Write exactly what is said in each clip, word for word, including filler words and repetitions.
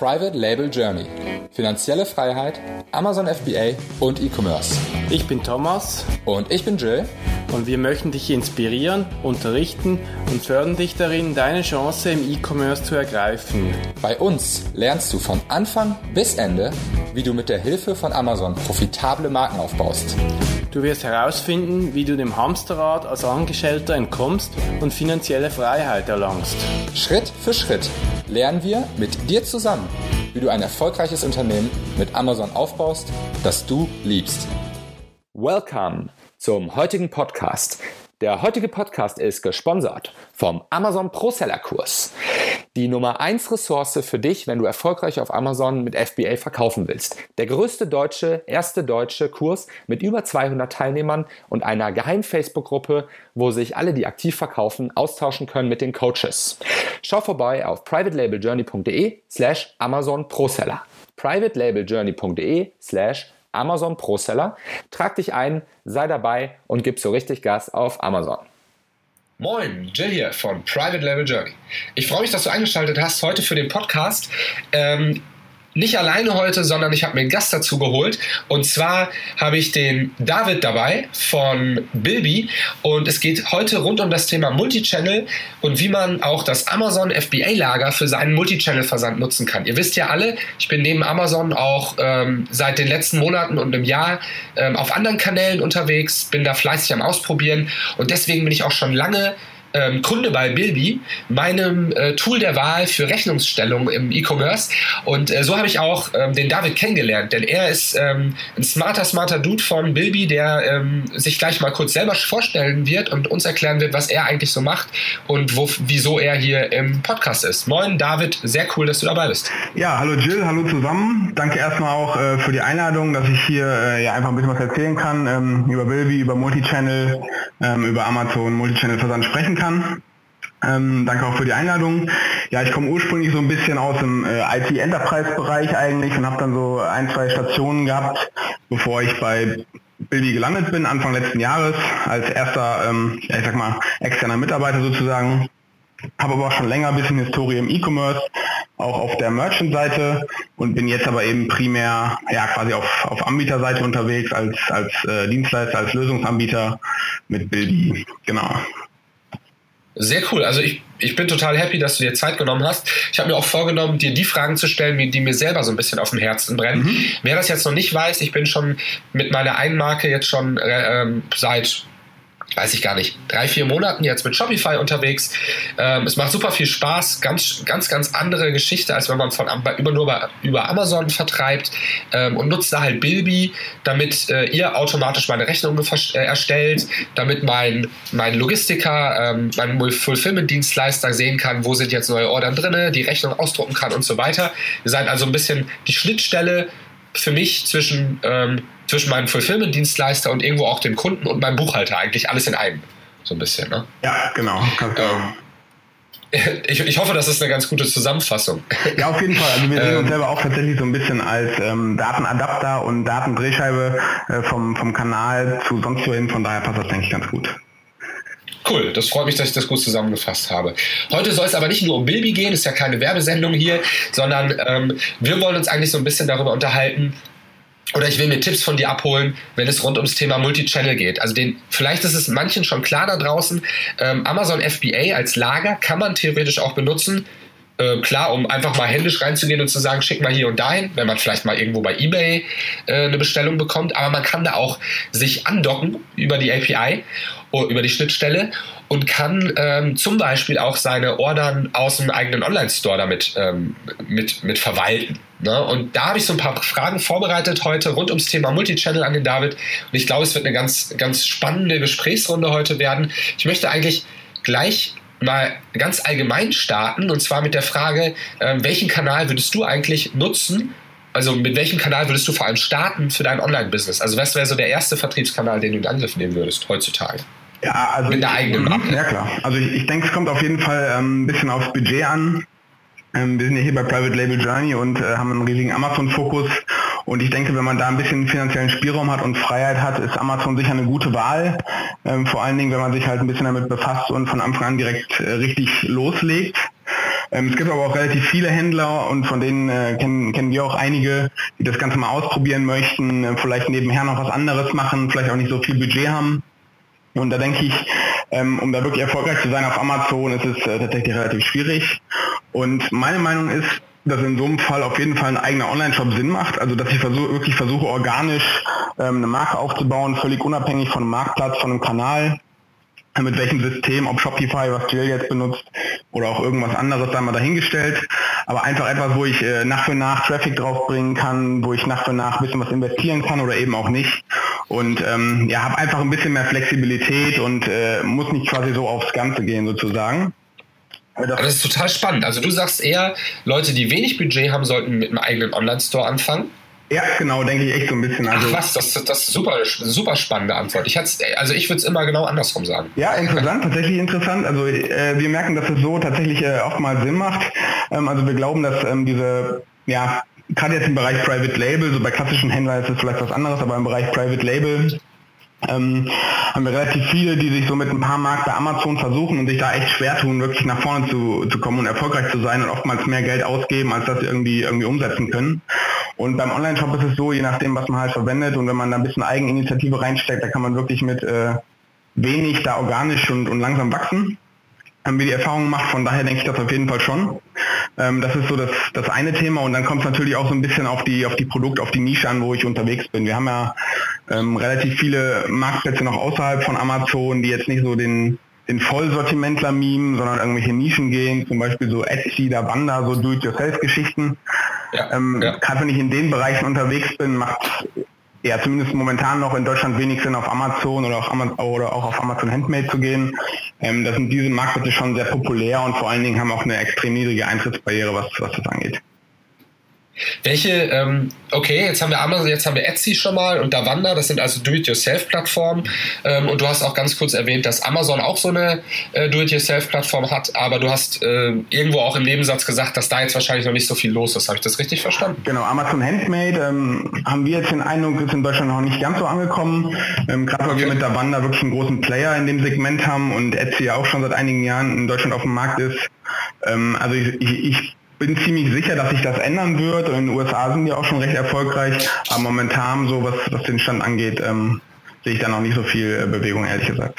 Private Label Journey. Finanzielle Freiheit, Amazon F B A und E-Commerce. Ich bin Thomas. Und ich bin Jill. Und wir möchten dich inspirieren, unterrichten und fördern dich darin, deine Chance im E-Commerce zu ergreifen. Bei uns lernst du von Anfang bis Ende, wie du mit der Hilfe von Amazon profitable Marken aufbaust. Du wirst herausfinden, wie du dem Hamsterrad als Angestellter entkommst und finanzielle Freiheit erlangst. Schritt für Schritt lernen wir mit dir zusammen, wie du ein erfolgreiches Unternehmen mit Amazon aufbaust, das du liebst. Welcome zum heutigen Podcast. Der heutige Podcast ist gesponsert vom Amazon Pro-Seller Kurs. Die Nummer eins Ressource für dich, wenn du erfolgreich auf Amazon mit F B A verkaufen willst. Der größte deutsche, erste deutsche Kurs mit über zweihundert Teilnehmern und einer geheimen Facebook-Gruppe, wo sich alle, die aktiv verkaufen, austauschen können mit den Coaches. Schau vorbei auf privatelabeljourney.de slash Amazon Pro-Seller. privatelabeljourney.de slash Amazon Pro-Seller. Trag dich ein, sei dabei und gib so richtig Gas auf Amazon. Moin, Jill hier von Private Label Journey. Ich freue mich, dass du eingeschaltet hast heute für den Podcast. Ähm, nicht alleine heute, sondern ich habe mir einen Gast dazu geholt. Und zwar habe ich den David dabei von Bilby. Und es geht heute rund um das Thema Multichannel und wie man auch das Amazon F B A-Lager für seinen Multichannel-Versand nutzen kann. Ihr wisst ja alle, ich bin neben Amazon auch ähm, seit den letzten Monaten und einem Jahr ähm, auf anderen Kanälen unterwegs, bin da fleißig am Ausprobieren. Und deswegen bin ich auch schon lange Ähm, Kunde bei Bilby, meinem äh, Tool der Wahl für Rechnungsstellung im E-Commerce. Und äh, so habe ich auch ähm, den David kennengelernt, denn er ist ähm, ein smarter, smarter Dude von Bilby, der ähm, sich gleich mal kurz selber vorstellen wird und uns erklären wird, was er eigentlich so macht und wo, wieso er hier im Podcast ist. Moin David, sehr cool, dass du dabei bist. Ja, hallo Jill, hallo zusammen. Danke erstmal auch äh, für die Einladung, dass ich hier äh, ja einfach ein bisschen was erzählen kann ähm, über Bilby, über Multichannel, ähm, über Amazon Multichannel-Versand sprechen kann. Ähm, danke auch für die Einladung. Ja, ich komme ursprünglich so ein bisschen aus dem äh, I T-Enterprise-Bereich eigentlich und habe dann so ein, zwei Stationen gehabt, bevor ich bei Bilby gelandet bin, Anfang letzten Jahres, als erster, ähm, ja, ich sag mal, externer Mitarbeiter sozusagen. Habe aber auch schon länger ein bisschen Historie im E-Commerce, auch auf der Merchant-Seite und bin jetzt aber eben primär ja quasi auf, auf Anbieterseite unterwegs als, als äh, Dienstleister, als Lösungsanbieter mit Bilby. Genau. Sehr cool. Also ich, ich bin total happy, dass du dir Zeit genommen hast. Ich habe mir auch vorgenommen, dir die Fragen zu stellen, die mir selber so ein bisschen auf dem Herzen brennen. Mhm. Wer das jetzt noch nicht weiß, ich bin schon mit meiner einen Marke jetzt schon äh, ähm, seit, weiß ich gar nicht, drei, vier Monaten jetzt mit Shopify unterwegs. Ähm, es macht super viel Spaß. Ganz, ganz, ganz andere Geschichte, als wenn man von über, nur über, über Amazon vertreibt ähm, und nutzt da halt Bilby, damit äh, ihr automatisch meine Rechnungen äh, erstellt, damit mein, mein Logistiker, ähm, mein Fulfillment-Dienstleister sehen kann, wo sind jetzt neue Ordern drin, die Rechnung ausdrucken kann und so weiter. Ihr seid also ein bisschen die Schnittstelle für mich zwischen ähm, zwischen meinem Fulfillment-Dienstleister und irgendwo auch dem Kunden und meinem Buchhalter, eigentlich alles in einem, so ein bisschen, ne? Ja, genau. Ähm, ich, ich hoffe, das ist eine ganz gute Zusammenfassung. Ja, auf jeden Fall. Also wir sehen uns selber auch tatsächlich so ein bisschen als ähm, Datenadapter und Datendrehscheibe äh, vom, vom Kanal zu sonst wohin, von daher passt das, denke ich, ganz gut. Cool, das freut mich, dass ich das gut zusammengefasst habe. Heute soll es aber nicht nur um Bilby gehen, ist ja keine Werbesendung hier, sondern ähm, wir wollen uns eigentlich so ein bisschen darüber unterhalten, oder ich will mir Tipps von dir abholen, wenn es rund ums Thema Multichannel geht. Also den, vielleicht ist es manchen schon klar da draußen, ähm, Amazon F B A als Lager kann man theoretisch auch benutzen. Äh, klar, um einfach mal händisch reinzugehen und zu sagen, schick mal hier und dahin, wenn man vielleicht mal irgendwo bei eBay äh, eine Bestellung bekommt. Aber man kann da auch sich andocken über die A P I, oder über die Schnittstelle und kann ähm, zum Beispiel auch seine Ordern aus dem eigenen Online-Store damit ähm, mit, mit verwalten. Ne? Und da habe ich so ein paar Fragen vorbereitet heute rund ums Thema Multichannel an den David. Und ich glaube, es wird eine ganz, ganz spannende Gesprächsrunde heute werden. Ich möchte eigentlich gleich mal ganz allgemein starten und zwar mit der Frage, äh, welchen Kanal würdest du eigentlich nutzen? Also mit welchem Kanal würdest du vor allem starten für dein Online-Business? Also was wäre so der erste Vertriebskanal, den du in Angriff nehmen würdest heutzutage? Ja, also mit der ich, eigenen Marke. Ja klar. Also ich, ich denke, es kommt auf jeden Fall ähm, ein bisschen aufs Budget an. Ähm, wir sind ja hier bei Private Label Journey und äh, haben einen riesigen Amazon-Fokus. Und ich denke, wenn man da ein bisschen finanziellen Spielraum hat und Freiheit hat, ist Amazon sicher eine gute Wahl. Ähm, vor allen Dingen, wenn man sich halt ein bisschen damit befasst und von Anfang an direkt äh, richtig loslegt. Ähm, es gibt aber auch relativ viele Händler und von denen äh, kennen, kennen wir auch einige, die das Ganze mal ausprobieren möchten, äh, vielleicht nebenher noch was anderes machen, vielleicht auch nicht so viel Budget haben. Und da denke ich, ähm, um da wirklich erfolgreich zu sein auf Amazon, ist es äh, tatsächlich relativ schwierig. Und meine Meinung ist, dass in so einem Fall auf jeden Fall ein eigener Online-Shop Sinn macht. Also dass ich versuche, wirklich versuche, organisch ähm, eine Marke aufzubauen, völlig unabhängig von einem Marktplatz, von einem Kanal, mit welchem System, ob Shopify, was Jill jetzt benutzt oder auch irgendwas anderes, da mal dahingestellt. Aber einfach etwas, wo ich äh, nach für nach Traffic draufbringen kann, wo ich nach für nach ein bisschen was investieren kann oder eben auch nicht. Und ähm, ja, habe einfach ein bisschen mehr Flexibilität und äh, muss nicht quasi so aufs Ganze gehen sozusagen. Das, das ist total spannend. Also du sagst eher, Leute, die wenig Budget haben, sollten mit einem eigenen Online-Store anfangen? Ja, genau, denke ich echt so ein bisschen. Also, Ach was, das, das ist super, super spannende Antwort. Ich also ich würde es immer genau andersrum sagen. Ja, interessant, tatsächlich interessant. Also äh, wir merken, dass es so tatsächlich äh, oftmals Sinn macht. Ähm, also wir glauben, dass ähm, diese, ja, gerade jetzt im Bereich Private Label, so bei klassischen Händlern ist es vielleicht was anderes, aber im Bereich Private Label ähm, haben wir relativ viele, die sich so mit ein paar Mark bei Amazon versuchen und sich da echt schwer tun, wirklich nach vorne zu, zu kommen und erfolgreich zu sein und oftmals mehr Geld ausgeben, als das sie irgendwie, irgendwie umsetzen können. Und beim Online-Shop ist es so, je nachdem, was man halt verwendet und wenn man da ein bisschen Eigeninitiative reinsteckt, da kann man wirklich mit äh, wenig da organisch und, und langsam wachsen. Haben wir die Erfahrung gemacht, von daher denke ich das auf jeden Fall schon. Ähm, das ist so das, das eine Thema und dann kommt es natürlich auch so ein bisschen auf die, auf die Produkt, auf die Nische an, wo ich unterwegs bin. Wir haben ja ähm, relativ viele Marktplätze noch außerhalb von Amazon, die jetzt nicht so den, den Vollsortimentler mimen, sondern irgendwelche Nischen gehen, zum Beispiel so Etsy, Davanda, so Do-it-yourself-Geschichten. Ja, ähm, ja. Gerade wenn ich in den Bereichen unterwegs bin, macht ja zumindest momentan noch in Deutschland wenig Sinn, auf Amazon oder, auf Amazon, oder auch auf Amazon Handmade zu gehen. Ähm, da sind diese Marktplätze schon sehr populär und vor allen Dingen haben auch eine extrem niedrige Eintrittsbarriere, was, was das angeht. Welche, ähm, okay, jetzt haben wir Amazon, jetzt haben wir Etsy schon mal und Davanda, das sind also Do-it-yourself-Plattformen ähm, und du hast auch ganz kurz erwähnt, dass Amazon auch so eine äh, Do-it-yourself-Plattform hat, aber du hast äh, irgendwo auch im Nebensatz gesagt, dass da jetzt wahrscheinlich noch nicht so viel los ist. Habe ich das richtig verstanden? Genau, Amazon Handmade ähm, haben wir jetzt den Eindruck, ist in Deutschland noch nicht ganz so angekommen, ähm, gerade weil okay. wir mit Davanda wirklich einen großen Player in dem Segment haben und Etsy auch schon seit einigen Jahren in Deutschland auf dem Markt ist. Ähm, also ich, ich, ich bin ziemlich sicher, dass sich das ändern wird. In den U S A sind die auch schon recht erfolgreich, aber momentan, so was, was den Stand angeht, ähm, sehe ich da noch nicht so viel Bewegung, ehrlich gesagt.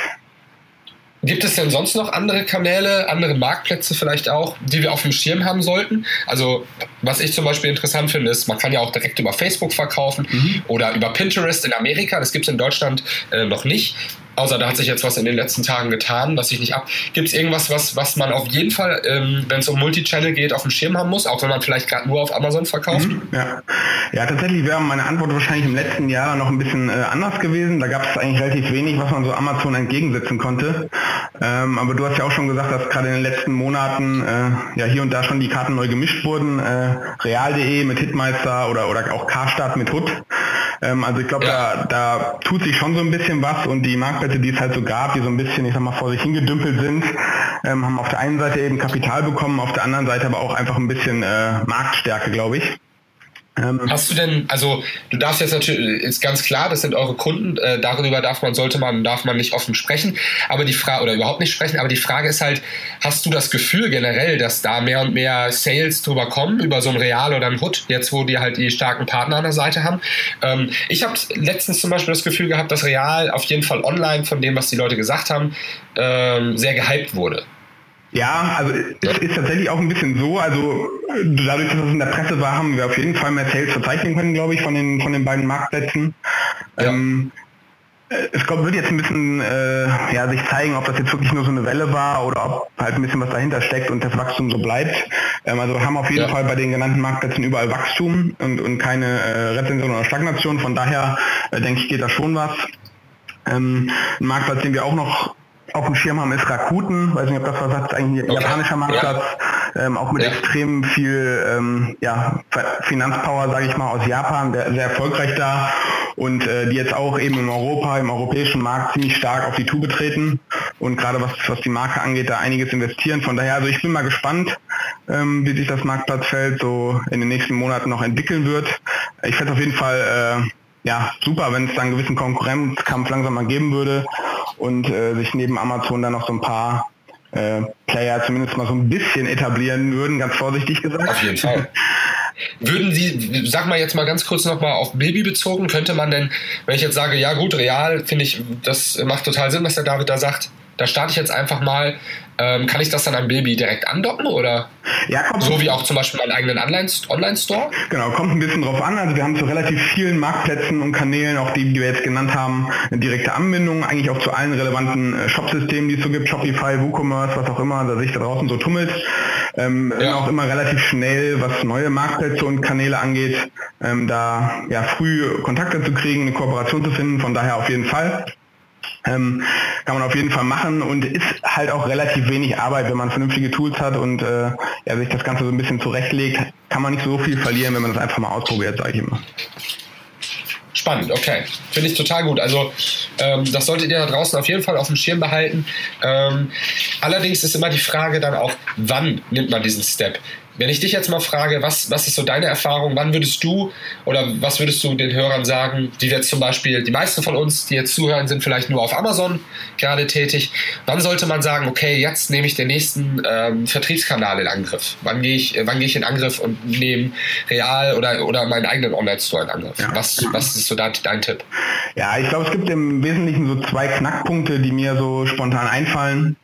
Gibt es denn sonst noch andere Kanäle, andere Marktplätze vielleicht auch, die wir auf dem Schirm haben sollten? Also was ich zum Beispiel interessant finde, ist, man kann ja auch direkt über Facebook verkaufen mhm. oder über Pinterest in Amerika. Das gibt es in Deutschland äh, noch nicht. Außer da hat sich jetzt was in den letzten Tagen getan, was ich nicht ab. Gibt es irgendwas, was, was man auf jeden Fall, ähm, wenn es um Multichannel geht, auf dem Schirm haben muss, auch wenn man vielleicht gerade nur auf Amazon verkauft? Mhm, ja. ja, tatsächlich wäre meine Antwort wahrscheinlich im letzten Jahr noch ein bisschen äh, anders gewesen. Da gab es eigentlich relativ wenig, was man so Amazon entgegensetzen konnte. Ähm, aber du hast ja auch schon gesagt, dass gerade in den letzten Monaten äh, ja hier und da schon die Karten neu gemischt wurden. Äh, Real punkt de mit Hitmeister oder, oder auch Karstadt mit Hood. Ähm, also ich glaube, ja. da, da tut sich schon so ein bisschen was und die Marktplätze, die es halt so gab, die so ein bisschen, ich sag mal, vor sich hingedümpelt sind, ähm, haben auf der einen Seite eben Kapital bekommen, auf der anderen Seite aber auch einfach ein bisschen äh, Marktstärke, glaube ich. Ähm, Hast du denn, also du darfst jetzt natürlich, ist ganz klar, das sind eure Kunden, äh, darüber darf man, sollte man, darf man nicht offen sprechen, aber die Frage, oder überhaupt nicht sprechen, aber die Frage ist halt, hast du das Gefühl generell, dass da mehr und mehr Sales drüber kommen, über so ein Real oder ein Hood, jetzt wo die halt die starken Partner an der Seite haben? Ähm, ich habe letztens zum Beispiel das Gefühl gehabt, dass Real auf jeden Fall online, von dem, was die Leute gesagt haben, ähm, sehr gehypt wurde. Ja, also es ist tatsächlich auch ein bisschen so, also dadurch, dass es in der Presse war, haben wir auf jeden Fall mehr Sales verzeichnen können, glaube ich, von den von den beiden Marktplätzen. Ja. Ähm, es kommt, wird jetzt ein bisschen äh, ja, sich zeigen, ob das jetzt wirklich nur so eine Welle war oder ob halt ein bisschen was dahinter steckt und das Wachstum so bleibt. Ähm, also wir haben auf jeden ja. Fall bei den genannten Marktplätzen überall Wachstum und, und keine äh, Rezension oder Stagnation. Von daher äh, denke ich, geht da schon was. Ähm, ein Marktplatz, den wir auch noch auf dem Schirm haben, ist Rakuten, weiß nicht, ob das was sagt, eigentlich ein okay. japanischer Marktplatz, ja. ähm, auch mit ja. extrem viel ähm, ja, Finanzpower, sage ich mal, aus Japan, der, sehr erfolgreich da und äh, die jetzt auch eben in Europa, im europäischen Markt ziemlich stark auf die Tube treten und gerade was, was die Marke angeht, da einiges investieren. Von daher, also ich bin mal gespannt, ähm, wie sich das Marktplatzfeld so in den nächsten Monaten noch entwickeln wird. Ich fände es auf jeden Fall äh, ja, super, wenn es da einen gewissen Konkurrenzkampf langsam mal geben würde und äh, sich neben Amazon dann noch so ein paar äh, Player zumindest mal so ein bisschen etablieren würden, ganz vorsichtig gesagt. Auf jeden Fall. Würden Sie, sag mal jetzt mal ganz kurz nochmal auf Bilby bezogen, könnte man denn, wenn ich jetzt sage, ja gut, real, finde ich, das macht total Sinn, was der David da sagt, da starte ich jetzt einfach mal, ähm, kann ich das dann an Bilby direkt andocken oder? Ja, kommt so wie auch zum Beispiel meinen eigenen Online-Store? Genau, kommt ein bisschen drauf an. Also wir haben zu relativ vielen Marktplätzen und Kanälen, auch die, die wir jetzt genannt haben, eine direkte Anbindung, eigentlich auch zu allen relevanten äh, Shop-Systemen, die es so gibt, Shopify, WooCommerce, was auch immer, da sich da draußen so tummelt. Ähm, ja. Auch immer relativ schnell, was neue Marktplätze und Kanäle angeht, ähm, da ja früh Kontakte zu kriegen, eine Kooperation zu finden, von daher auf jeden Fall. Ähm, kann man auf jeden Fall machen und ist halt auch relativ wenig Arbeit, wenn man vernünftige Tools hat und äh, ja, sich das Ganze so ein bisschen zurechtlegt, kann man nicht so viel verlieren, wenn man das einfach mal ausprobiert, sage ich immer. Spannend, okay. Finde ich total gut. Also ähm, das solltet ihr da draußen auf jeden Fall auf dem Schirm behalten. Ähm, allerdings ist immer die Frage dann auch, wann nimmt man diesen Step? Wenn ich dich jetzt mal frage, was, was ist so deine Erfahrung, wann würdest du oder was würdest du den Hörern sagen, die jetzt zum Beispiel, die meisten von uns, die jetzt zuhören, sind vielleicht nur auf Amazon gerade tätig. Wann sollte man sagen, okay, jetzt nehme ich den nächsten ähm, Vertriebskanal in Angriff? Wann gehe ich, wann gehe ich in Angriff und nehme Real oder, oder meinen eigenen Online-Store in Angriff? Ja. Was, was ist so dein, dein Tipp? Ja, ich glaube, es gibt im Wesentlichen so zwei Knackpunkte, die mir so spontan einfallen.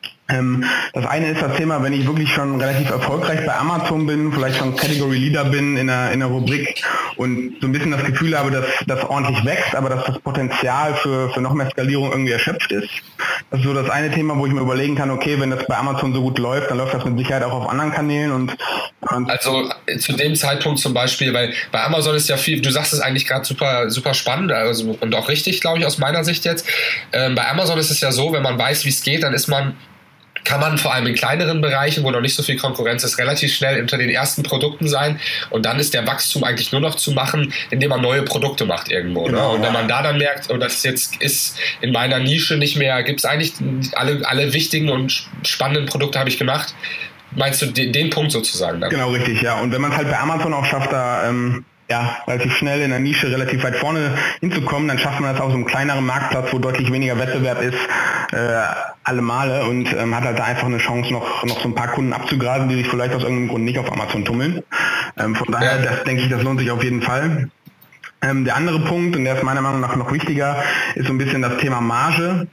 Das eine ist das Thema, wenn ich wirklich schon relativ erfolgreich bei Amazon bin, vielleicht schon Category Leader bin in einer, in einer Rubrik und so ein bisschen das Gefühl habe, dass das ordentlich wächst, aber dass das Potenzial für, für noch mehr Skalierung irgendwie erschöpft ist. Das ist so das eine Thema, wo ich mir überlegen kann, okay, wenn das bei Amazon so gut läuft, dann läuft das mit Sicherheit auch auf anderen Kanälen. Und, und also zu dem Zeitpunkt zum Beispiel, weil bei Amazon ist ja viel, du sagst es eigentlich gerade super, super spannend also, und auch richtig, glaube ich, aus meiner Sicht jetzt. Ähm, bei Amazon ist es ja so, wenn man weiß, wie es geht, dann ist man kann man vor allem in kleineren Bereichen, wo noch nicht so viel Konkurrenz ist, relativ schnell unter den ersten Produkten sein und dann ist der Wachstum eigentlich nur noch zu machen, indem man neue Produkte macht irgendwo. Genau, ne? Und wenn man da dann merkt, und das jetzt ist in meiner Nische nicht mehr, gibt es eigentlich alle, alle wichtigen und spannenden Produkte habe ich gemacht, meinst du den, den Punkt sozusagen dann? Genau, richtig, ja. Und wenn man es halt bei Amazon auch schafft, da ähm ja, relativ schnell in der Nische relativ weit vorne hinzukommen, dann schafft man das auf so einem kleineren Marktplatz, wo deutlich weniger Wettbewerb ist, äh, alle Male und ähm, hat halt da einfach eine Chance, noch, noch so ein paar Kunden abzugrasen, die sich vielleicht aus irgendeinem Grund nicht auf Amazon tummeln. Ähm, von daher, ja. das denke ich, das lohnt sich auf jeden Fall. Ähm, der andere Punkt, und der ist meiner Meinung nach noch wichtiger, ist so ein bisschen das Thema Marge.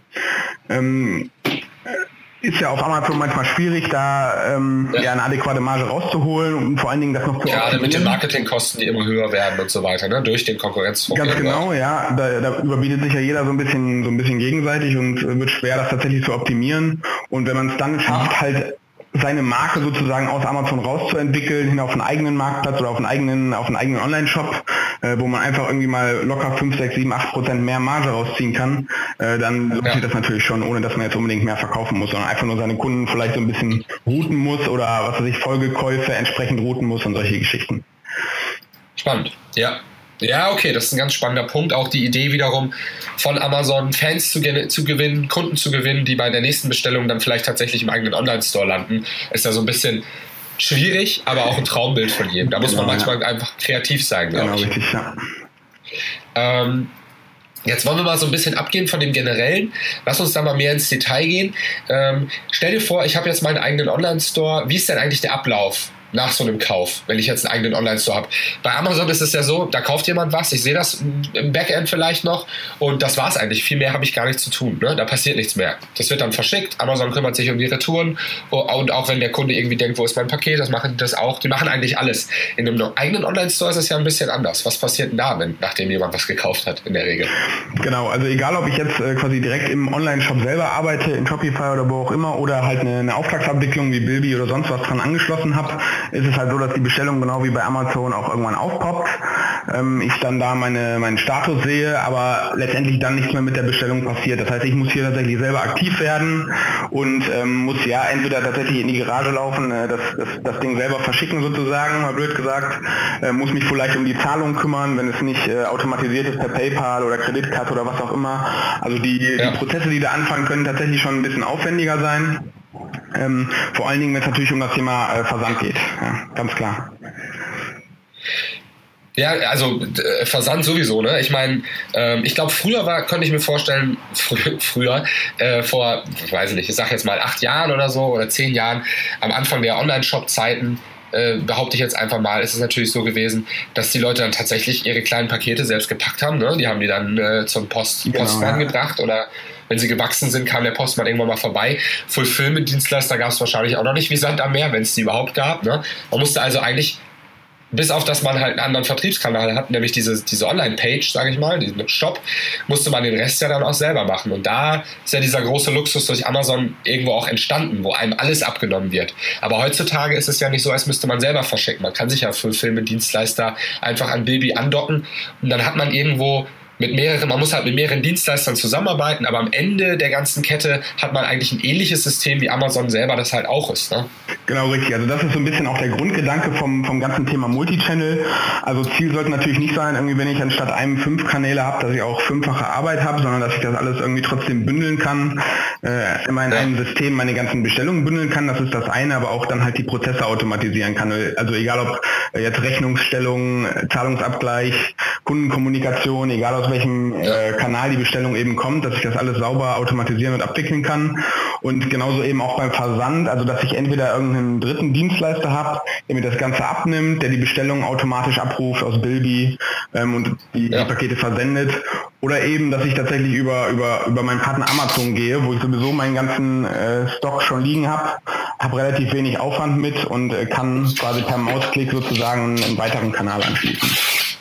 Ähm, Ist ja auf Amazon manchmal schwierig, da ähm, ja. ja eine adäquate Marge rauszuholen und vor allen Dingen das noch zu Gerade optimieren. Mit den Marketingkosten, die immer höher werden und so weiter, ne? Durch den Konkurrenzdruck. Ganz genau, ja. Da, da überbietet sich ja jeder so ein bisschen so ein bisschen gegenseitig und wird schwer, das tatsächlich zu optimieren. Und wenn man es dann schafft, mhm. halt seine Marke sozusagen aus Amazon rauszuentwickeln, hin auf einen eigenen Marktplatz oder auf einen eigenen, auf einen eigenen Online-Shop, äh, wo man einfach irgendwie mal locker fünf, sechs, sieben, acht Prozent mehr Marge rausziehen kann, äh, dann lohnt sich ja. das natürlich schon, ohne dass man jetzt unbedingt mehr verkaufen muss, sondern einfach nur seine Kunden vielleicht so ein bisschen routen muss oder was weiß ich, Folgekäufe entsprechend routen muss und solche Geschichten. Spannend, ja. Ja, okay, das ist ein ganz spannender Punkt. Auch die Idee wiederum von Amazon, Fans zu, ge- zu gewinnen, Kunden zu gewinnen, die bei der nächsten Bestellung dann vielleicht tatsächlich im eigenen Online-Store landen, ist ja so ein bisschen schwierig, aber auch ein Traumbild von jedem. Da genau, muss man manchmal ja. einfach kreativ sein, glaube genau, ich. Richtig, ja. Ähm, Jetzt wollen wir mal so ein bisschen abgehen von dem Generellen. Lass uns da mal mehr ins Detail gehen. Ähm, stell dir vor, ich habe jetzt meinen eigenen Online-Store. Wie ist denn eigentlich der Ablauf nach so einem Kauf, wenn ich jetzt einen eigenen Online-Store habe? Bei Amazon ist es ja so, da kauft jemand was, ich sehe das im Backend vielleicht noch und das war's eigentlich. Viel mehr habe ich gar nichts zu tun. Ne? Da passiert nichts mehr. Das wird dann verschickt. Amazon kümmert sich um die Retouren und auch wenn der Kunde irgendwie denkt, wo ist mein Paket, das machen die das auch. Die machen eigentlich alles. In einem eigenen Online-Store ist es ja ein bisschen anders. Was passiert denn da, wenn, nachdem jemand was gekauft hat, in der Regel? Genau, also egal, ob ich jetzt äh, quasi direkt im Online-Shop selber arbeite, in Shopify oder wo auch immer, oder halt eine, eine Auftragsabwicklung wie Bilby oder sonst was dran angeschlossen habe, ist es halt so, dass die Bestellung genau wie bei Amazon auch irgendwann aufpoppt. Ähm, ich dann da meine, meinen Status sehe, aber letztendlich dann nichts mehr mit der Bestellung passiert. Das heißt, ich muss hier tatsächlich selber aktiv werden und ähm, muss ja entweder tatsächlich in die Garage laufen, äh, das, das, das Ding selber verschicken sozusagen, mal blöd gesagt, äh, muss mich vielleicht um die Zahlung kümmern, wenn es nicht äh, automatisiert ist per PayPal oder Kreditkarte oder was auch immer. Also die, ja. die Prozesse, die da anfangen, können tatsächlich schon ein bisschen aufwendiger sein. Ähm, vor allen Dingen, wenn es natürlich um das Thema äh, Versand geht. Ja, ganz klar. Ja, also äh, Versand sowieso, ne? Ich meine, ähm, ich glaube, früher war, könnte ich mir vorstellen, fr- früher, äh, vor, ich weiß nicht, ich sag jetzt mal acht Jahren oder so oder zehn Jahren, am Anfang der Online-Shop-Zeiten, äh, behaupte ich jetzt einfach mal, ist es natürlich so gewesen, dass die Leute dann tatsächlich ihre kleinen Pakete selbst gepackt haben, ne? Die haben die dann äh, zum Post, genau, Postmann ja. gebracht oder wenn sie gewachsen sind, kam der Postmann irgendwann mal vorbei. Fulfillment-Dienstleister gab es wahrscheinlich auch noch nicht wie Sand am Meer, wenn es die überhaupt gab, ne? Man musste also eigentlich, bis auf, dass man halt einen anderen Vertriebskanal hat, nämlich diese, diese Online-Page, sage ich mal, diesen Shop, musste man den Rest ja dann auch selber machen. Und da ist ja dieser große Luxus durch Amazon irgendwo auch entstanden, wo einem alles abgenommen wird. Aber heutzutage ist es ja nicht so, als müsste man selber verschicken. Man kann sich ja für Filme-Dienstleister einfach an Bilby andocken und dann hat man irgendwo mit mehreren, man muss halt mit mehreren Dienstleistern zusammenarbeiten, aber am Ende der ganzen Kette hat man eigentlich ein ähnliches System, wie Amazon selber das halt auch ist. Ne? Genau, richtig. Also das ist so ein bisschen auch der Grundgedanke vom, vom ganzen Thema Multichannel. Also Ziel sollte natürlich nicht sein, irgendwie, wenn ich anstatt einem fünf Kanäle habe, dass ich auch fünffache Arbeit habe, sondern dass ich das alles irgendwie trotzdem bündeln kann, äh, immer in einem System meine ganzen Bestellungen bündeln kann. Das ist das eine, aber auch dann halt die Prozesse automatisieren kann. Also egal ob jetzt Rechnungsstellung, Zahlungsabgleich, Kundenkommunikation, egal aus welchem äh, Kanal die Bestellung eben kommt, dass ich das alles sauber automatisieren und abwickeln kann. Und genauso eben auch beim Versand, also dass ich entweder irgendeinen dritten Dienstleister habe, der mir das Ganze abnimmt, der die Bestellung automatisch abruft aus Bilby ähm, und die, ja. die Pakete versendet, oder eben, dass ich tatsächlich über, über, über meinen Partner Amazon gehe, wo ich sowieso meinen ganzen äh, Stock schon liegen habe, habe relativ wenig Aufwand mit und äh, kann quasi per Mausklick sozusagen einen weiteren Kanal anschließen.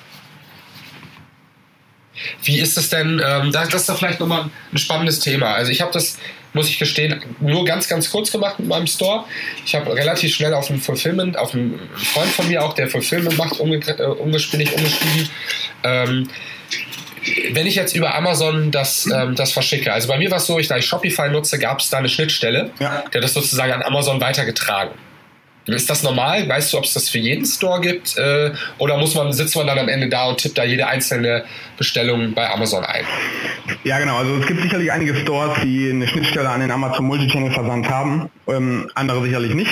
Wie ist es denn, ähm, das ist doch vielleicht nochmal ein spannendes Thema. Also ich habe das, muss ich gestehen, nur ganz, ganz kurz gemacht mit meinem Store. Ich habe relativ schnell auf ein Fulfillment, auf einen Freund von mir auch, der Fulfillment macht, umge- äh, umgespielt, umgestiegen. Ähm, wenn ich jetzt über Amazon das, ähm, das verschicke, also bei mir war es so, ich, da ich Shopify nutze, gab es da eine Schnittstelle, ja. der das sozusagen an Amazon weitergetragen. Ist das normal? Weißt du, ob es das für jeden Store gibt? Äh, oder muss man, sitzt man dann am Ende da und tippt da jede einzelne Bestellung bei Amazon ein? Ja, genau. Also es gibt sicherlich einige Stores, die eine Schnittstelle an den Amazon Multichannel Versand haben. Ähm, andere sicherlich nicht.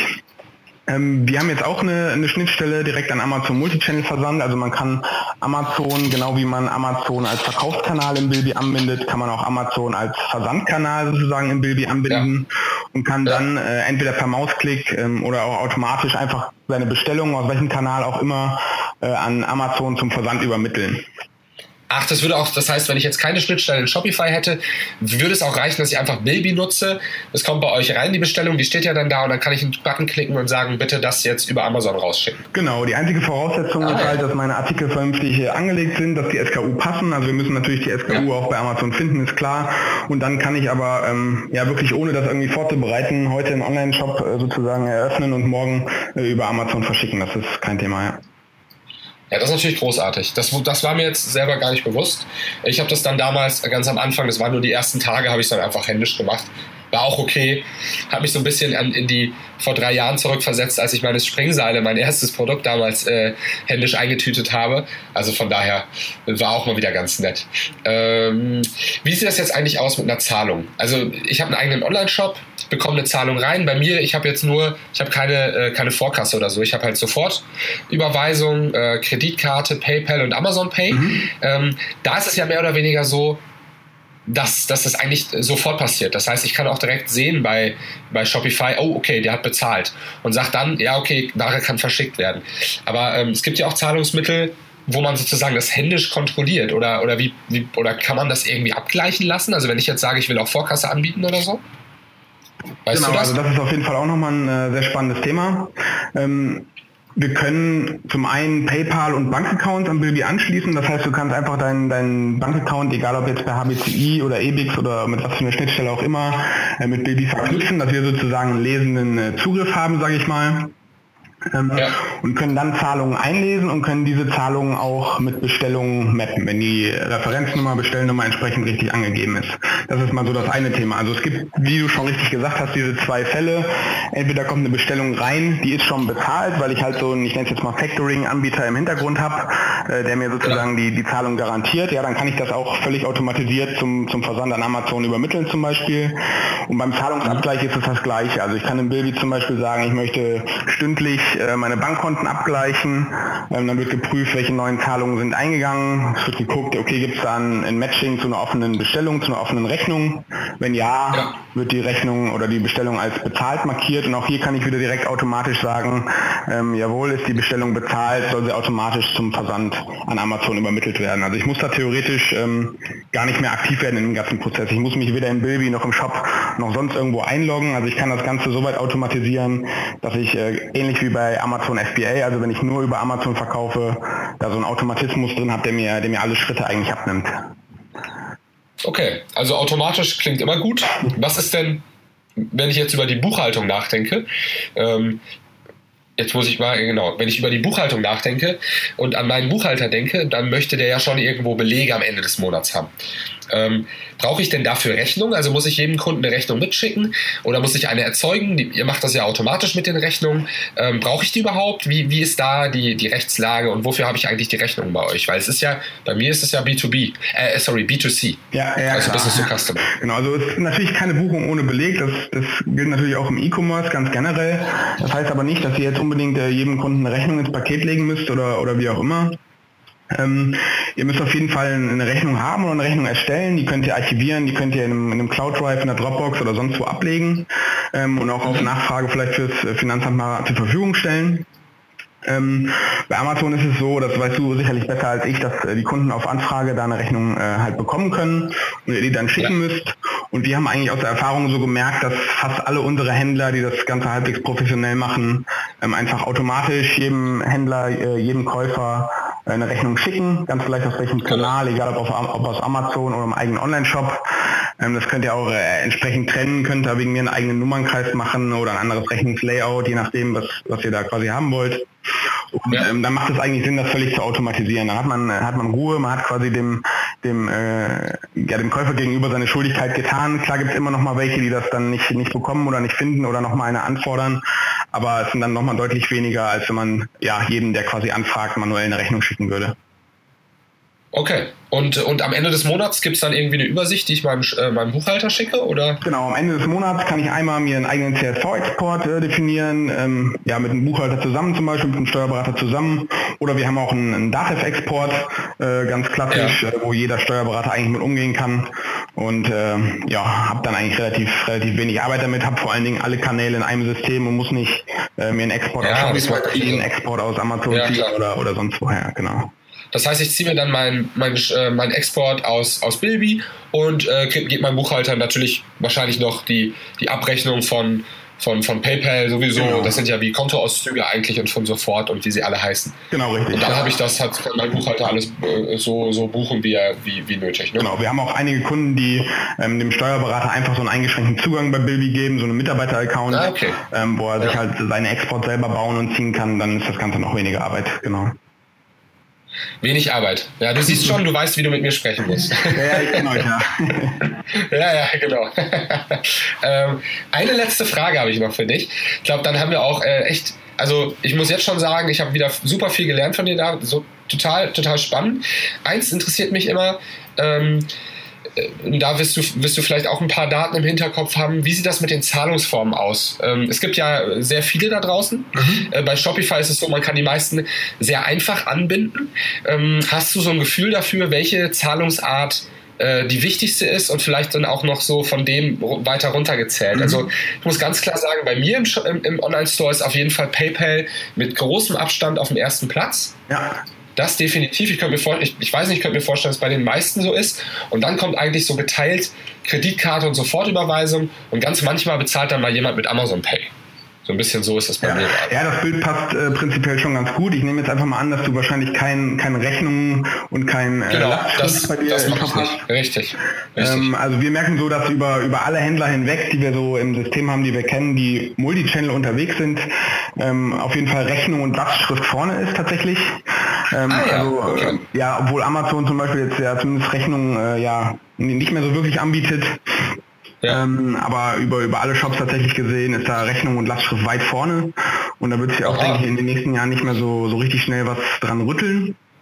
Ähm, wir haben jetzt auch eine, eine Schnittstelle direkt an Amazon Multichannel Versand. Also man kann Amazon, genau wie man Amazon als Verkaufskanal im Bilby anbindet, kann man auch Amazon als Versandkanal sozusagen im Bilby anbinden ja. und kann ja. dann äh, entweder per Mausklick ähm, oder auch automatisch einfach seine Bestellung, aus welchem Kanal auch immer, äh, an Amazon zum Versand übermitteln. Ach, das würde auch, das heißt, wenn ich jetzt keine Schnittstelle in Shopify hätte, würde es auch reichen, dass ich einfach Bilby nutze. Es kommt bei euch rein, die Bestellung, die steht ja dann da und dann kann ich einen Button klicken und sagen, bitte das jetzt über Amazon rausschicken. Genau, die einzige Voraussetzung ah, ist halt, dass meine Artikel vernünftig angelegt sind, dass die S K U passen. Also wir müssen natürlich die S K U ja. auch bei Amazon finden, ist klar. Und dann kann ich aber ähm, ja wirklich, ohne das irgendwie vorzubereiten, heute einen Online-Shop äh, sozusagen eröffnen und morgen äh, über Amazon verschicken. Das ist kein Thema, ja. Ja, das ist natürlich großartig. Das, das war mir jetzt selber gar nicht bewusst. Ich habe das dann damals ganz am Anfang, das waren nur die ersten Tage, habe ich es dann einfach händisch gemacht. War auch okay. Habe mich so ein bisschen an, in die vor drei Jahren zurückversetzt, als ich meine Springseile, mein erstes Produkt damals äh, händisch eingetütet habe. Also von daher war auch mal wieder ganz nett. Ähm, wie sieht das jetzt eigentlich aus mit einer Zahlung? Also ich habe einen eigenen Online-Shop, ich bekomme eine Zahlung rein. Bei mir, ich habe jetzt nur, ich habe keine, äh, keine Vorkasse oder so. Ich habe halt sofort Überweisung, äh, Kreditkarte, PayPal und Amazon Pay. Mhm. Ähm, da ist es ja mehr oder weniger so, dass, dass das eigentlich sofort passiert. Das heißt, ich kann auch direkt sehen bei, bei Shopify, oh, okay, der hat bezahlt. Und sagt dann, ja, okay, Ware kann verschickt werden. Aber ähm, es gibt ja auch Zahlungsmittel, wo man sozusagen das händisch kontrolliert. Oder, oder, wie, wie, oder kann man das irgendwie abgleichen lassen? Also wenn ich jetzt sage, ich will auch Vorkasse anbieten oder so? Weißt genau, du das? Also das ist auf jeden Fall auch nochmal ein äh, sehr spannendes Thema. Ähm, Wir können zum einen PayPal und Bankaccounts an Bilby anschließen. Das heißt, du kannst einfach deinen deinen Bankaccount, egal ob jetzt per H B C I oder E B I X oder mit was für einer Schnittstelle auch immer, äh, mit Bilby verknüpfen, dass wir sozusagen einen lesenden äh, Zugriff haben, sage ich mal. Ähm, ja. Und können dann Zahlungen einlesen und können diese Zahlungen auch mit Bestellungen mappen, wenn die Referenznummer, Bestellnummer entsprechend richtig angegeben ist. Das ist mal so das eine Thema. Also es gibt, wie du schon richtig gesagt hast, diese zwei Fälle. Entweder kommt eine Bestellung rein, die ist schon bezahlt, weil ich halt so einen, ich nenne es jetzt mal Factoring-Anbieter im Hintergrund habe, äh, der mir sozusagen die, die Zahlung garantiert. Ja, dann kann ich das auch völlig automatisiert zum, zum Versand an Amazon übermitteln zum Beispiel. Und beim Zahlungsabgleich ist es das Gleiche. Also ich kann im Bilby zum Beispiel sagen, ich möchte stündlich meine Bankkonten Bankkonten abgleichen. Ähm, dann wird geprüft, welche neuen Zahlungen sind eingegangen. Es wird geguckt, okay, gibt es da ein, ein Matching zu einer offenen Bestellung, zu einer offenen Rechnung? Wenn ja, ja, wird die Rechnung oder die Bestellung als bezahlt markiert. Und auch hier kann ich wieder direkt automatisch sagen, ähm, jawohl, ist die Bestellung bezahlt, soll sie automatisch zum Versand an Amazon übermittelt werden. Also ich muss da theoretisch ähm, gar nicht mehr aktiv werden in dem ganzen Prozess. Ich muss mich weder in Bilby noch im Shop noch sonst irgendwo einloggen. Also ich kann das Ganze so weit automatisieren, dass ich äh, ähnlich wie bei Amazon F B A, also wenn ich nur über Amazon verkaufe, da so einen Automatismus drin habe, der mir, der mir alle Schritte eigentlich abnimmt. Okay, also automatisch klingt immer gut. Was ist denn, wenn ich jetzt über die Buchhaltung nachdenke? Ähm, Jetzt muss ich mal, genau, wenn ich über die Buchhaltung nachdenke und an meinen Buchhalter denke, dann möchte der ja schon irgendwo Belege am Ende des Monats haben. Ähm, brauche ich denn dafür Rechnung? Also muss ich jedem Kunden eine Rechnung mitschicken oder muss ich eine erzeugen? Die, ihr macht das ja automatisch mit den Rechnungen. Ähm, brauche ich die überhaupt? Wie, wie ist da die, die Rechtslage und wofür habe ich eigentlich die Rechnung bei euch? Weil es ist ja, bei mir ist es ja B zwei B, äh, sorry, B zwei C. Ja, ja, also klar. Business to Customer. Genau, also es ist natürlich keine Buchung ohne Beleg. Das, das gilt natürlich auch im E-Commerce ganz generell. Das heißt aber nicht, dass ihr jetzt unbedingt äh, jedem Kunden eine Rechnung ins Paket legen müsst oder, oder wie auch immer. Ähm, ihr müsst auf jeden Fall eine Rechnung haben oder eine Rechnung erstellen, die könnt ihr archivieren, die könnt ihr in einem, in einem Cloud Drive, in der Dropbox oder sonst wo ablegen ähm, und auch auf Nachfrage vielleicht fürs Finanzamt mal zur Verfügung stellen. Ähm, bei Amazon ist es so, das weißt du sicherlich besser als ich, dass äh, die Kunden auf Anfrage da eine Rechnung äh, halt bekommen können und ihr die dann schicken ja. müsst. Und wir haben eigentlich aus der Erfahrung so gemerkt, dass fast alle unsere Händler, die das Ganze halbwegs professionell machen, ähm, einfach automatisch jedem Händler, äh, jedem Käufer äh, eine Rechnung schicken, ganz vielleicht aus welchem Kanal, egal ob, auf, ob aus Amazon oder im eigenen Online-Shop. Ähm, das könnt ihr auch äh, entsprechend trennen, könnt da wegen mir einen eigenen Nummernkreis machen oder ein anderes Rechnungslayout, je nachdem, was, was ihr da quasi haben wollt. Und ja. ähm, dann macht es eigentlich Sinn, das völlig zu automatisieren. Dann hat man, hat man Ruhe, man hat quasi dem, dem, äh, ja, dem Käufer gegenüber seine Schuldigkeit getan. Klar gibt es immer noch mal welche, die das dann nicht, nicht bekommen oder nicht finden oder noch mal eine anfordern. Aber es sind dann noch mal deutlich weniger, als wenn man ja jeden, der quasi anfragt, manuell eine Rechnung schicken würde. Okay. Und, und am Ende des Monats gibt es dann irgendwie eine Übersicht, die ich meinem, äh, meinem Buchhalter schicke, oder? Genau, am Ende des Monats kann ich einmal mir einen eigenen C S V-Export äh, definieren, ähm, ja, mit einem Buchhalter zusammen zum Beispiel, mit einem Steuerberater zusammen. Oder wir haben auch einen, einen Datev-Export, äh, ganz klassisch, ja. äh, wo jeder Steuerberater eigentlich mit umgehen kann. Und äh, ja, habe dann eigentlich relativ, relativ wenig Arbeit damit, habe vor allen Dingen alle Kanäle in einem System und muss nicht äh, mir einen Export ja, aus Shopify ziehen, einen Export aus Amazon ja, ziehen oder, oder sonst woher, genau. Das heißt, ich ziehe mir dann meinen mein, äh, mein Export aus, aus Bilby und äh, gebe meinem Buchhalter natürlich wahrscheinlich noch die, die Abrechnung von, von, von PayPal sowieso. Genau. Das sind ja wie Kontoauszüge eigentlich und von sofort und wie sie alle heißen. Genau, richtig. Und dann ja. habe ich das, hat mein Buchhalter alles äh, so, so buchen, wie, er, wie, wie nötig. Ne? Genau, wir haben auch einige Kunden, die ähm, dem Steuerberater einfach so einen eingeschränkten Zugang bei Bilby geben, so einen Mitarbeiter-Account, ah, okay. ähm, wo er ja. sich halt seine Export selber bauen und ziehen kann. Dann ist das Ganze noch weniger Arbeit, genau. Wenig Arbeit. Ja, du siehst schon, du weißt, wie du mit mir sprechen musst. Ja, ja, ich kenne euch, ja. ja, ja, genau. ähm, eine letzte Frage habe ich noch für dich. Ich glaube, dann haben wir auch äh, echt, also ich muss jetzt schon sagen, ich habe wieder super viel gelernt von dir da, so total, total spannend. Eins interessiert mich immer, ähm, da wirst du, wirst du vielleicht auch ein paar Daten im Hinterkopf haben. Wie sieht das mit den Zahlungsformen aus? Ähm, es gibt ja sehr viele da draußen. Mhm. Äh, bei Shopify ist es so, man kann die meisten sehr einfach anbinden. Ähm, hast du so ein Gefühl dafür, welche Zahlungsart äh, die wichtigste ist und vielleicht dann auch noch so von dem weiter runtergezählt? Mhm. Also ich muss ganz klar sagen, bei mir im, im, im Online-Store ist auf jeden Fall PayPal mit großem Abstand auf dem ersten Platz. Ja. Das definitiv. Ich, könnte mir vor, ich, ich weiß nicht, ich könnte mir vorstellen, dass es bei den meisten so ist. Und dann kommt eigentlich so geteilt Kreditkarte und Sofortüberweisung. Und ganz manchmal bezahlt dann mal jemand mit Amazon Pay. So ein bisschen so ist das bei ja. mir. Ja, das Bild passt äh, prinzipiell schon ganz gut. Ich nehme jetzt einfach mal an, dass du wahrscheinlich kein, keine Rechnungen und kein äh, genau, Lastschrift das, bei dir das im mache Shop ich hast. nicht. Richtig. Richtig. Ähm, also wir merken so, dass über, über alle Händler hinweg, die wir so im System haben, die wir kennen, die Multichannel unterwegs sind, ähm, auf jeden Fall Rechnung und Lastschrift vorne ist tatsächlich. Ähm, ah, ja. Also okay. äh, ja, obwohl Amazon zum Beispiel jetzt ja zumindest Rechnungen äh, ja nicht mehr so wirklich anbietet. Ja. Ähm, aber über, über alle Shops tatsächlich gesehen ist da Rechnung und Lastschrift weit vorne und da wird sich auch, Aha. denke ich, in den nächsten Jahren nicht mehr so, so richtig schnell was dran rütteln.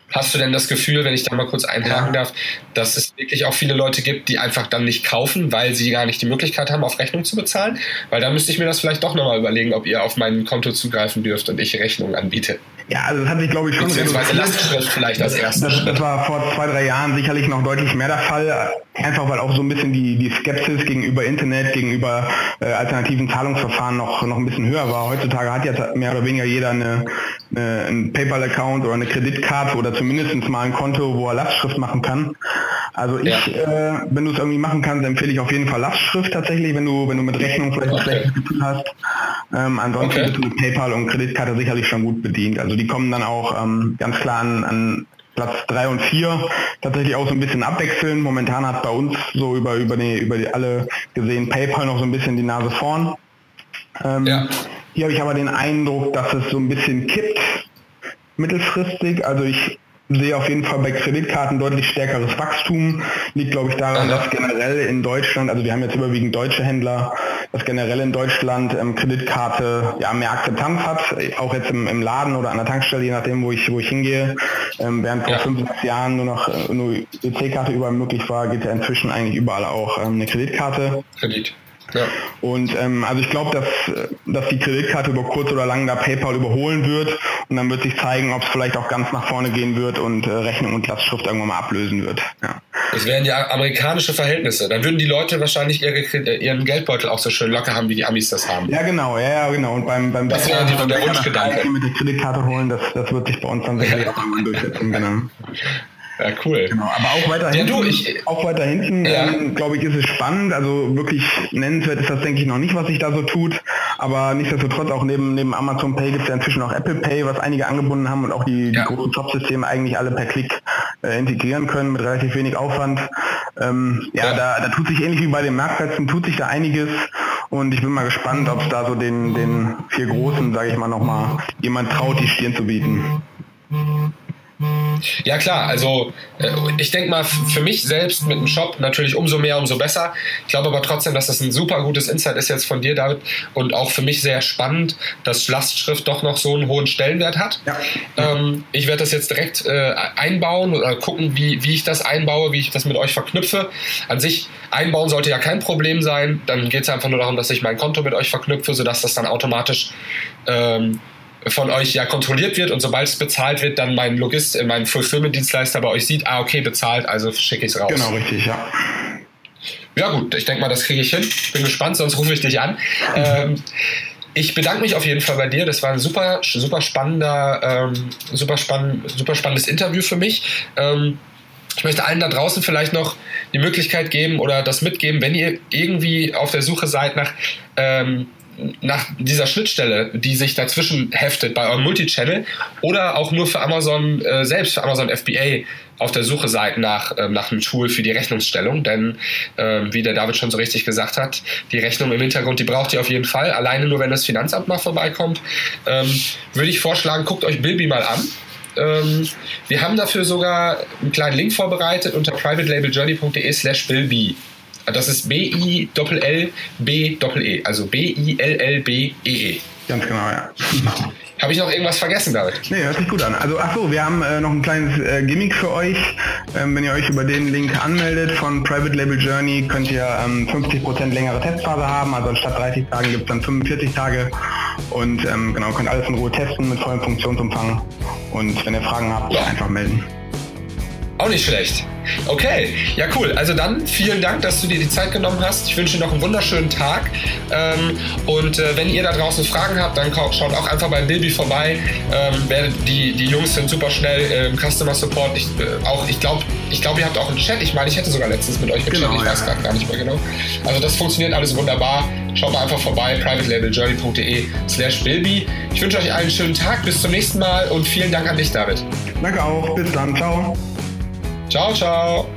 Hast du denn das Gefühl, wenn ich da mal kurz einhaken Ja. darf, dass es wirklich auch viele Leute gibt, die einfach dann nicht kaufen, weil sie gar nicht die Möglichkeit haben, auf Rechnung zu bezahlen? Weil dann müsste ich mir das vielleicht doch nochmal überlegen, ob ihr auf mein Konto zugreifen dürft und ich Rechnungen anbiete. Ja, also das hat sich, glaube ich, schon Beziehungsweise reduziert. Lastschrift vielleicht als erstes. Das, das war vor zwei, drei Jahren sicherlich noch deutlich mehr der Fall. Einfach weil auch so ein bisschen die, die Skepsis gegenüber Internet, gegenüber äh, alternativen Zahlungsverfahren noch, noch ein bisschen höher war. Heutzutage hat jetzt mehr oder weniger jeder eine, eine, einen PayPal-Account oder eine Kreditkarte oder zumindest mal ein Konto, wo er Lastschrift machen kann. Also ich, Ja. äh, wenn du es irgendwie machen kannst, empfehle ich auf jeden Fall Lastschrift tatsächlich, wenn du, wenn du mit Rechnung vielleicht ein Okay. schlechtes Gefühl hast. Ähm, ansonsten Okay. bist du mit PayPal und Kreditkarte sicherlich schon gut bedient. Also die kommen dann auch ähm, ganz klar an, an Platz drei und vier tatsächlich auch so ein bisschen abwechseln. Momentan hat bei uns so über, über, die, über die alle gesehen PayPal noch so ein bisschen die Nase vorn. Ähm, Ja. Hier habe ich aber den Eindruck, dass es so ein bisschen kippt mittelfristig. Also ich sehe auf jeden Fall bei Kreditkarten deutlich stärkeres Wachstum. Liegt, glaube ich, daran, Aha. dass generell in Deutschland, also wir haben jetzt überwiegend deutsche Händler, dass generell in Deutschland ähm, Kreditkarte ja mehr Akzeptanz hat, auch jetzt im, im Laden oder an der Tankstelle, je nachdem, wo ich, wo ich hingehe. Ähm, während vor Ja. fünf, sechs Jahren nur noch äh, nur E C-Karte überall möglich war, geht ja inzwischen eigentlich überall auch ähm, eine Kreditkarte. Kredit. Ja. Und ähm, also ich glaube, dass, dass die Kreditkarte über kurz oder lang da PayPal überholen wird und dann wird sich zeigen, ob es vielleicht auch ganz nach vorne gehen wird und äh, Rechnung und Lastschrift irgendwann mal ablösen wird. Ja. Das wären ja amerikanische Verhältnisse. Dann würden die Leute wahrscheinlich ihre, ihren Geldbeutel auch so schön locker haben, wie die Amis das haben. Ja, genau, ja, ja, genau. Und beim, beim Das wäre die- beim der Bäcker das Wunschgedanke. Eis mit der Kreditkarte holen, das, das wird sich bei uns dann sicherlich auch irgendwann durchsetzen. Genau. Ja, cool. Genau, aber auch weiter Ja, hinten, du, ich- auch weiter hinten Ja. ähm, glaube ich, ist es spannend. Also wirklich nennenswert ist das, denke ich, noch nicht, was sich da so tut. Aber nichtsdestotrotz, auch neben, neben Amazon Pay gibt es ja inzwischen auch Apple Pay, was einige angebunden haben und auch die, Ja. die großen Shop-Systeme eigentlich alle per Klick äh, integrieren können mit relativ wenig Aufwand. Ähm, ja, Ja. Da, da tut sich ähnlich wie bei den Marktplätzen, tut sich da einiges. Und ich bin mal gespannt, ob es da so den, den vier Großen, sage ich mal, nochmal jemand traut, die Stirn zu bieten. Ja klar, also äh, ich denke mal, f- für mich selbst mit dem Shop natürlich umso mehr, umso besser. Ich glaube aber trotzdem, dass das ein super gutes Insight ist jetzt von dir, David, und auch für mich sehr spannend, dass Lastschrift doch noch so einen hohen Stellenwert hat. Ja. Ähm, ich werde das jetzt direkt äh, einbauen oder gucken, wie, wie ich das einbaue, wie ich das mit euch verknüpfe. An sich, einbauen sollte ja kein Problem sein. Dann geht es einfach nur darum, dass ich mein Konto mit euch verknüpfe, sodass das dann automatisch ähm, von euch ja kontrolliert wird und sobald es bezahlt wird, dann mein Logist, mein Fulfillment-Dienstleister bei euch sieht, ah okay, bezahlt, also schicke ich es raus. Genau, richtig, ja. Ja gut, ich denke mal, das kriege ich hin. Bin gespannt, sonst rufe ich dich an. Ähm, ich bedanke mich auf jeden Fall bei dir. Das war ein super, super spannender, ähm, super, spann, super spannendes Interview für mich. Ähm, ich möchte allen da draußen vielleicht noch die Möglichkeit geben oder das mitgeben, wenn ihr irgendwie auf der Suche seid nach ähm, nach dieser Schnittstelle, die sich dazwischen heftet bei eurem Multichannel oder auch nur für Amazon äh, selbst, für Amazon F B A auf der Suche seid nach, ähm, nach einem Tool für die Rechnungsstellung, denn ähm, wie der David schon so richtig gesagt hat, die Rechnung im Hintergrund, die braucht ihr auf jeden Fall, alleine nur wenn das Finanzamt mal vorbeikommt, ähm, würde ich vorschlagen, guckt euch Bilby mal an. Ähm, wir haben dafür sogar einen kleinen Link vorbereitet unter privatelabeljourney.de slash Bilby. Das ist B I L L B E E, also B I L L B E E. Ganz genau, ja. Habe ich noch irgendwas vergessen, David? Nee, hört sich gut an. Also ach so, wir haben äh, noch ein kleines äh, Gimmick für euch. Ähm, wenn ihr euch über den Link anmeldet von Private Label Journey, könnt ihr ähm, fünfzig Prozent längere Testphase haben. Also anstatt dreißig Tagen gibt es dann fünfundvierzig Tage. Und ähm, genau, könnt alles in Ruhe testen mit vollem Funktionsumfang. Und wenn ihr Fragen habt, Ja. einfach melden. Auch nicht schlecht. Okay, ja cool. Also dann vielen Dank, dass du dir die Zeit genommen hast. Ich wünsche dir noch einen wunderschönen Tag. Ähm, und äh, wenn ihr da draußen Fragen habt, dann schaut auch einfach bei Bilby vorbei. Ähm, wer, die, die Jungs sind super schnell im Customer Support. Ich, äh, auch, ich glaube, ich glaub, ihr habt auch einen Chat. Ich meine, ich hätte sogar letztens mit euch gechattet. Genau, ich weiß ja. gerade gar nicht mehr genau. Also das funktioniert alles wunderbar. Schaut mal einfach vorbei. privatelabeljourney.de slash Bilby. Ich wünsche euch allen einen schönen Tag. Bis zum nächsten Mal und vielen Dank an dich, David. Danke auch. Bis dann. Ciao. Ciao, ciao.